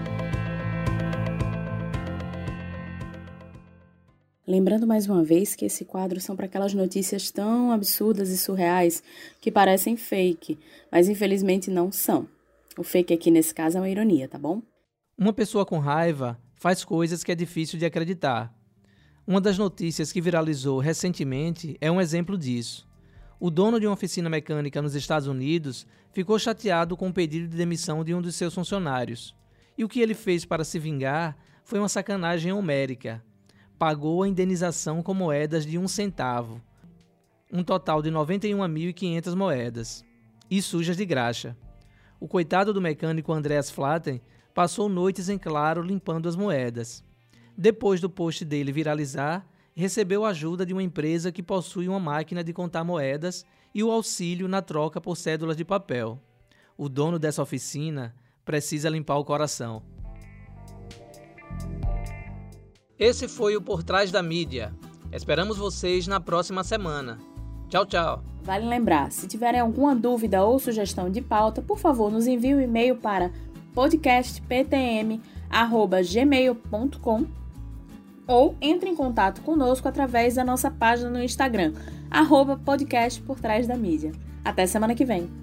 Lembrando mais uma vez que esse quadro são para aquelas notícias tão absurdas e surreais que parecem fake, mas infelizmente não são. O fake aqui nesse caso é uma ironia, tá bom? Uma pessoa com raiva faz coisas que é difícil de acreditar. Uma das notícias que viralizou recentemente é um exemplo disso. O dono de uma oficina mecânica nos Estados Unidos ficou chateado com o pedido de demissão de um dos seus funcionários. E o que ele fez para se vingar foi uma sacanagem homérica. Pagou a indenização com moedas de um centavo, um total de noventa e uma mil e quinhentas moedas, e sujas de graxa. O coitado do mecânico Andreas Flatten passou noites em claro limpando as moedas. Depois do post dele viralizar, recebeu a ajuda de uma empresa que possui uma máquina de contar moedas e o auxílio na troca por cédulas de papel. O dono dessa oficina precisa limpar o coração. Esse foi o Por Trás da Mídia. Esperamos vocês na próxima semana. Tchau, tchau. Vale lembrar, se tiverem alguma dúvida ou sugestão de pauta, por favor, nos envie um e-mail para podcast p t m arroba gmail ponto com ou entre em contato conosco através da nossa página no Instagram, arroba podcast por trás da mídia. Até semana que vem!